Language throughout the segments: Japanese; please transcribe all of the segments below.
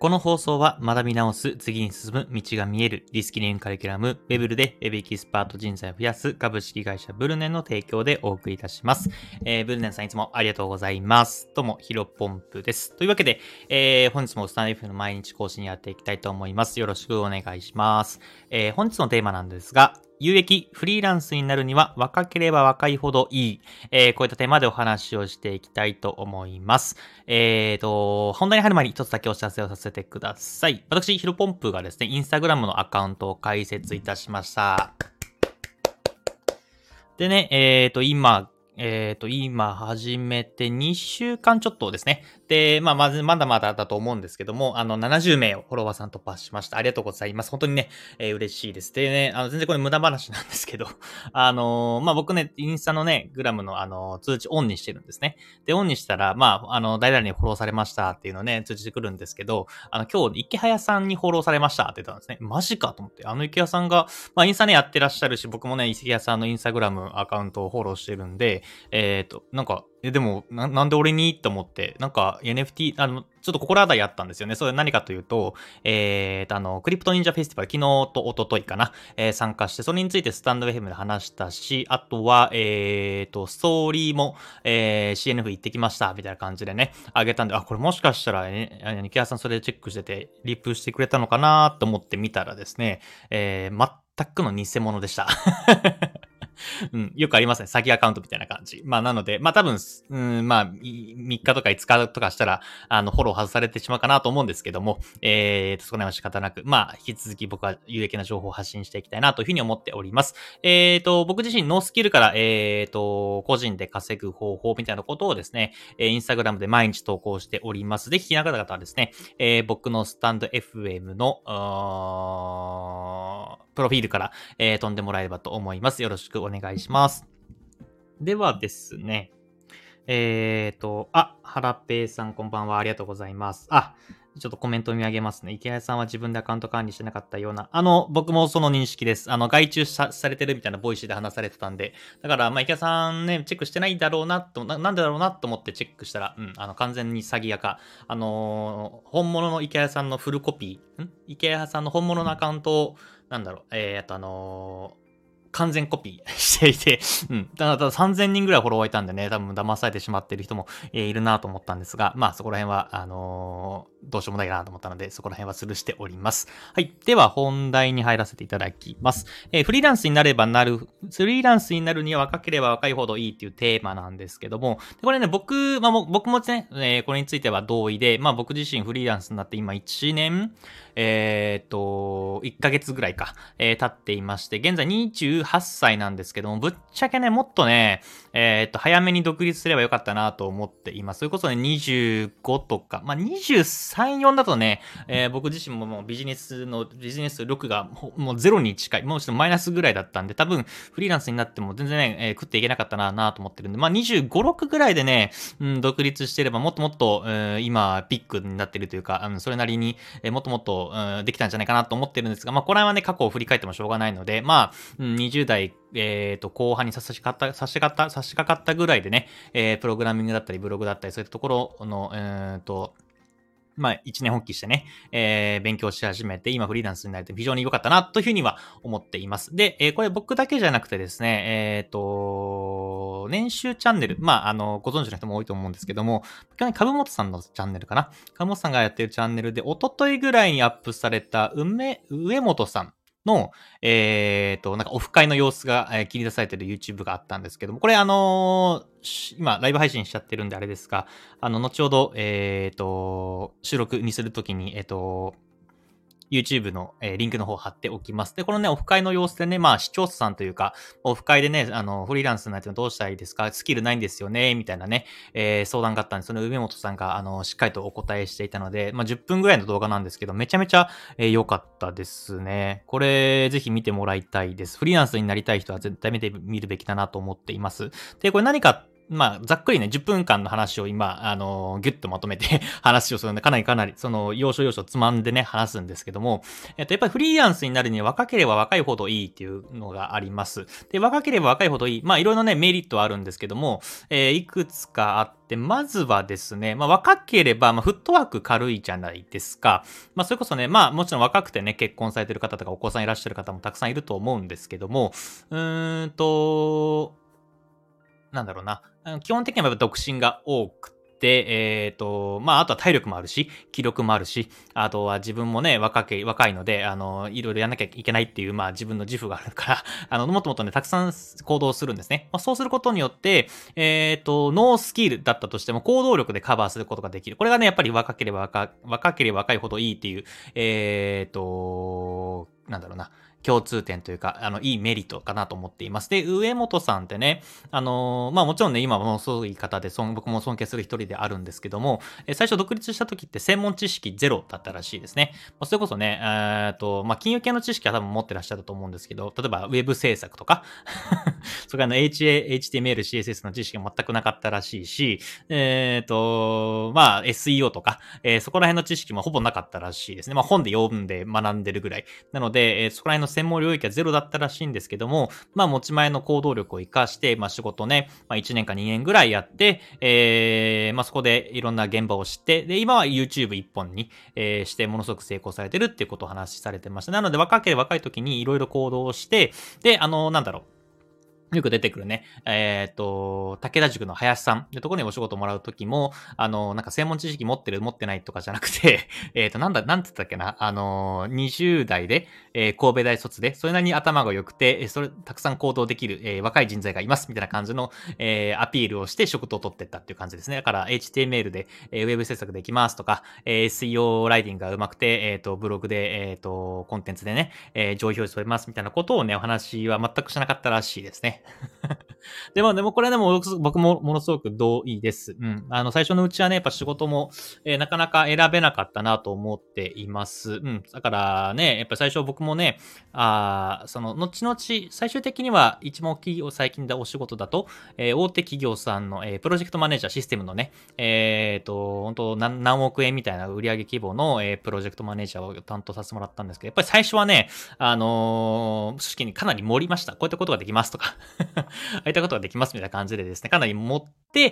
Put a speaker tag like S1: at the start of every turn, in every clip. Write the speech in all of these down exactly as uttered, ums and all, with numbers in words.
S1: この放送は学び直す、次に進む、道が見える、リスキリングカリキュラム、ウェブルでウェブエキスパート人材を増やす株式会社ブルネンの提供でお送りいたします。えー、ブルネンさんいつもありがとうございます。どうも、ヒロポンプです。というわけで、えー、本日もスタンド F の毎日更新やっていきたいと思います。よろしくお願いします。えー、本日のテーマなんですが、有益フリーランスになるには若ければ若いほどいい、えー、こういったテーマでお話をしていきたいと思います。えーと、本題に入る前に一つだけお知らせをさせてください。私、ヒロポンプがですね、インスタグラムのアカウントを開設いたしました。でね、えーと、今、えーと、今始めてにしゅうかんちょっとですね。で、まあ、まず、まだまだだと思うんですけども、あの、ななじゅうめいをフォロワーさん突破しました。ありがとうございます。本当にね、えー、嬉しいです。でね、あの、全然これ無駄話なんですけど、あのー、まあ、僕ね、インスタのね、グラムのあの、通知オンにしてるんですね。で、オンにしたら、まあ、あの、誰々にフォローされましたっていうのね、通知してくるんですけど、あの、今日、池早さんにフォローされましたって言ったんですね。マジかと思って、あの池早さんが、まあ、インスタね、やってらっしゃるし、僕もね、池早さんのインスタグラムアカウントをフォローしてるんで、えっと、なんか、え、でもな、なんで俺にって思って、なんか エヌエフティー、あの、ちょっと心当たりあったんですよね。それ何かというと、えーと、あの、クリプト忍者フェスティバル、昨日と一昨日かな、えー、参加して、それについてスタンド エフエム で話したし、あとは、えーと、ストーリーも、えー、シーエヌエフ 行ってきました、みたいな感じでね、あげたんで、あ、これもしかしたら、ね、ニキヤさんそれでチェックしてて、リプしてくれたのかなと思って見たらですね、えー、全くの偽物でした。うん、よくありますね。詐欺アカウントみたいな感じ。まあ、なので、まあ多分、うん、まあ、みっかとかいつかとかしたら、あの、フォロー外されてしまうかなと思うんですけども、えーと、そこら辺は仕方なく、まあ、引き続き僕は有益な情報を発信していきたいなというふうに思っております。えーと、僕自身ノースキルから、えーと、個人で稼ぐ方法みたいなことをですね、インスタグラムで毎日投稿しております。で、聞きながら方はですね、えー、僕のスタンド エフエム の、プロフィールから、えー、飛んでもらえればと思います。よろしくお願いします。ではですね、えーと、あ、はらぺーさんこんばんは。ありがとうございます。あ、ちょっとコメントを見上げますね。池谷さんは自分でアカウント管理してなかったような。あの、僕もその認識です。あの、外注さされてるみたいなボイシーで話されてたんで。だから、まあ、池谷さんね、チェックしてないんだろうなとな、なんでだろうなと思ってチェックしたら、うん、あの、完全に詐欺屋か。あのー、本物の池谷さんのフルコピー、ん池谷さんの本物のアカウントを、なんだろう、えー、あとあのー、完全コピーしていて、うん。ただ、さんぜんにんぐらいフォロワーいたんでね、多分騙されてしまっている人も、えー、いるなと思ったんですが、まあそこら辺は、あのー、どうしようもないかなと思ったので、そこら辺はスルーしております。はい。では、本題に入らせていただきます。えー、フリーランスになればなる、フリーランスになるには若ければ若いほどいいっていうテーマなんですけども、これね、僕、まあ僕もね、えー、これについては同意で、まあ僕自身フリーランスになって今いちねん、えー、っと、いっかげつぐらいか、えー、経っていまして、現在にじゅうはっさいなんですけども、ぶっちゃけね、もっとね、えー、っと、早めに独立すればよかったなと思っています。それこそね、にじゅうごとか、まあ、にじゅうさん、よんだとね、えー、僕自身ももうビジネスの、ビジネス力がもうゼロに近い、もうちょっとマイナスぐらいだったんで、多分、フリーランスになっても全然ね、えー、食っていけなかったななと思ってるんで、まあ、にじゅうご、ろくぐらいでね、うん、独立してればもっともっと、えー、今、ピックになってるというか、うん、それなりに、えー、もっともっと、うん、できたんじゃないかなと思ってるんですが、まあ、これはね、過去を振り返ってもしょうがないので、まあ、うん、にじゅう代、えっと、後半に差し掛かった、差し掛かった、差し掛かったぐらいでね、えー、プログラミングだったり、ブログだったり、そういったところの、えー、と、まあ、一年発起してね、えー、勉強し始めて、今フリーランスになれて非常に良かったな、というふうには思っています。で、えー、これ僕だけじゃなくてですね、えっと、年収チャンネル、まあ、あの、ご存知の人も多いと思うんですけども、去年、株本さんのチャンネルかな。株本さんがやってるチャンネルで、一昨日ぐらいにアップされた、梅、上本さんの、えっと、なんかオフ会の様子が、えー、切り出されてる YouTube があったんですけども、これあのー、今、ライブ配信しちゃってるんであれですが、あの、後ほど、えっと、収録にするときに、えっと、YouTube の、えー、リンクの方貼っておきます。で、このね、オフ会の様子でね、まあ、視聴者さんというか、オフ会でね、あの、フリーランスになってどうしたらいいですか？スキルないんですよねみたいなね、えー、相談があったんで、その梅本さんが、あの、しっかりとお答えしていたので、まあ、じゅっぷんぐらいの動画なんですけど、めちゃめちゃ良、えー、かったですね。これ、ぜひ見てもらいたいです。フリーランスになりたい人は絶対見てみるべきだなと思っています。で、これ何かまあ、ざっくりね、じゅっぷんかんの話を今、あのー、ギュッとまとめて話をするので、かなりかなり、その、要所要所つまんでね、話すんですけども、えっと、やっぱりフリーランスになるには若ければ若いほどいいっていうのがあります。で、若ければ若いほどいい。まあ、いろいろね、メリットはあるんですけども、えーいくつかあって、まずはですね、まあ、若ければ、まあ、フットワーク軽いじゃないですか。まあ、それこそね、まあ、もちろん若くてね、結婚されてる方とかお子さんいらっしゃる方もたくさんいると思うんですけども、うーんと、なんだろうな。あの基本的にはやっぱ独身が多くて、えっと、まあ、あとは体力もあるし、気力もあるし、あとは自分もね、若け、若いので、あの、いろいろやんなきゃいけないっていう、まあ、自分の自負があるから、あの、もっともっとね、たくさん行動するんですね。まあ、そうすることによって、えっと、ノースキルだったとしても、行動力でカバーすることができる。これがね、やっぱり若ければ若、若ければ若いほどいいっていう、えっと、なんだろうな。共通点というか、あの、いいメリットかなと思っています。で、上本さんってね、あのーまあもちろんね、今ものすごい方で、そん僕も尊敬する一人であるんですけども、え最初独立した時って専門知識ゼロだったらしいですね。まあ、それこそね、えーっと、まあ金融系の知識は多分持ってらっしゃると思うんですけど、例えばウェブ制作とか、それからの エイチエー、エイチティーエムエル、シーエスエス の知識が全くなかったらしいし、えーっと、まあ エスイーオー とか、えーそこら辺の知識もほぼなかったらしいですね。まあ本で読んで学んでるぐらい。なので、えーそこら辺の専門領域はゼロだったらしいんですけども、まあ持ち前の行動力を活かして、まあ仕事ね、まあいちねんかにねんぐらいやって、えー、まあそこでいろんな現場を知って、で、今は YouTube 一本に、えーしてものすごく成功されてるっていうことをお話しされてました。なので若ければ若い時にいろいろ行動をして、で、あの、なんだろう。よく出てくるね。えっ、と、武田塾の林さんってところにお仕事もらうときも、あの、なんか専門知識持ってる持ってないとかじゃなくて、えっと、なんだ、なんつったっけな。あの、にじゅう代で、えー神戸大卒で、それなりに頭が良くて、えーそれ、たくさん行動できる、えー若い人材がいます、みたいな感じの、えーアピールをして仕事を取ってったっていう感じですね。だから、エイチティーエムエル で、えーウェブ制作できますとか、えーエスイーオー ライティングが上手くて、えっ、と、ブログで、えっ、と、コンテンツでね、えー上位表示取れます、みたいなことをね、お話は全くしなかったらしいですね。でも、でもこれでも僕もものすごく同意です。うん。あの、最初のうちはね、やっぱ仕事も、えーなかなか選べなかったなと思っています。うん。だからね、やっぱ最初僕もね、あーその、後々、最終的には一番大きい最近でお仕事だと、えー大手企業さんの、えープロジェクトマネージャーシステムのね、えっ、と、本当何何億円みたいな売上規模の、えープロジェクトマネージャーを担当させてもらったんですけど、やっぱり最初はね、あのー、組織にかなり盛りました。こういったことができますとかああいったことができますみたいな感じでですね、かなり持って、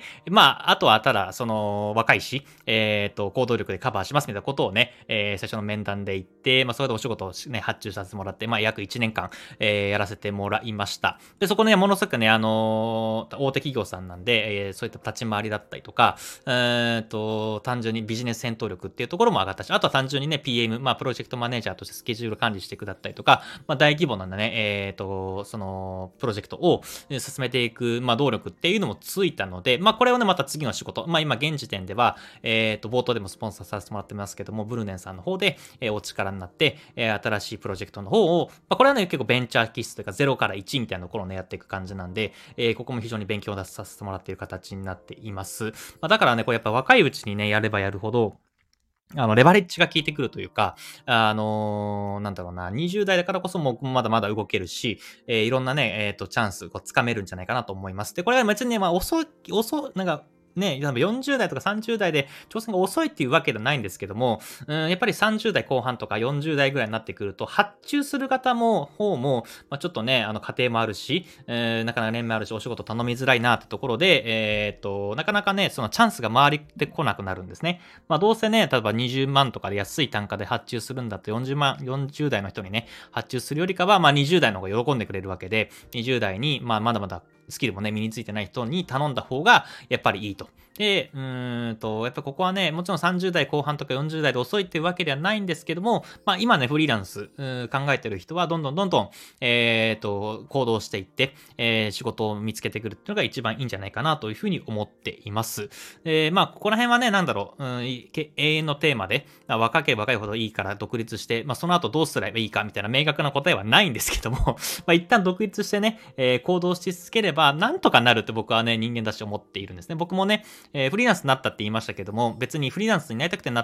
S1: まあ、あとはただ、その、若いし、えっ、と、行動力でカバーしますみたいなことをね、えー最初の面談で言って、まあ、それでお仕事をね、発注させてもらって、まあ、約いちねんかん、えーやらせてもらいました。で、そこね、ものすごくね、あのー大手企業さんなんで、えーそういった立ち回りだったりとか、えっと、単純にビジネス戦闘力っていうところも上がったし、あとは単純にね、ピーエム、まあ、プロジェクトマネージャーとしてスケジュール管理していくだったりとか、まあ、大規模なね、えっと、その、プロジェクトを進めていく、まあ、動力っていうのもついたので、まあ、これをね、また次の仕事、まあ、今現時点では、えっと、冒頭でもスポンサーさせてもらってますけども、ブルネンさんの方で、えーお力になって、えー新しいプロジェクトの方を、まあ、これはね、結構ベンチャー気質というか、ゼロからいちみたいなところをね、やっていく感じなんで、えーここも非常に勉強をさせてもらっている形になっています。まあ、だからね、これやっぱ若いうちにね、やればやるほど、あの、レバレッジが効いてくるというか、あのーなんだろうな、にじゅう代だからこそもうまだまだ動けるし、えーいろんなね、えっ、と、チャンス、こう、掴めるんじゃないかなと思います。で、これは別にね、まあ、遅い、遅い、なんか、ね、よんじゅう代とかさんじゅう代で挑戦が遅いっていうわけではないんですけども、うん、やっぱりさんじゅう代後半とかよんじゅう代ぐらいになってくると、発注する方も、方も、まあ、ちょっとね、あの、家庭もあるし、えーなかなか年もあるし、お仕事頼みづらいなってところで、えっ、と、なかなかね、そのチャンスが回りてこなくなるんですね。まあどうせね、例えばにじゅうまんとかで安い単価で発注するんだとよんじゅうまん、よんじゅう代の人にね、発注するよりかは、まあにじゅう代の方が喜んでくれるわけで、にじゅう代に、まあまだまだスキルもね、身についてない人に頼んだ方が、やっぱりいいと。で、うーんと、やっぱここはね、もちろんさんじゅう代後半とかよんじゅう代で遅いっていうわけではないんですけども、まあ今ね、フリーランス、考えてる人はどんどんどんどん、えっ、と、行動していって、えー仕事を見つけてくるっていうのが一番いいんじゃないかなというふうに思っています。えー、まあ、ここら辺はね、なんだろう、うん、永遠のテーマで、若ければ若いほどいいから独立して、まあ、その後どうすればいいかみたいな明確な答えはないんですけども、まあ、一旦独立してね、えー、行動し続ければ、なんとかなるって僕はね、人間だし思っているんですね。僕もね、えー、フリーランスになったって言いましたけども、別にフリーランスになりたくてな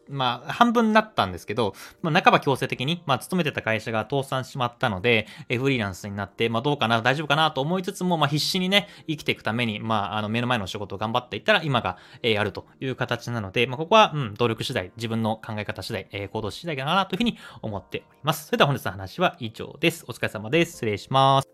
S1: まあ、半分になったんですけど、まあ、半ば強制的に、まあ、勤めてた会社が倒産ししまったので、えフリーランスになって、まあ、どうかな、大丈夫かなと思いつつも、まあ、必死にね、生きていくために、まあ、あの、目の前の仕事を頑張っていったら、今が、えーあるという形なので、まあ、ここは、うん、努力次第、自分の考え方次第、えー行動次第かなというふうに思っております。それでは本日の話は以上です。お疲れ様です。失礼します。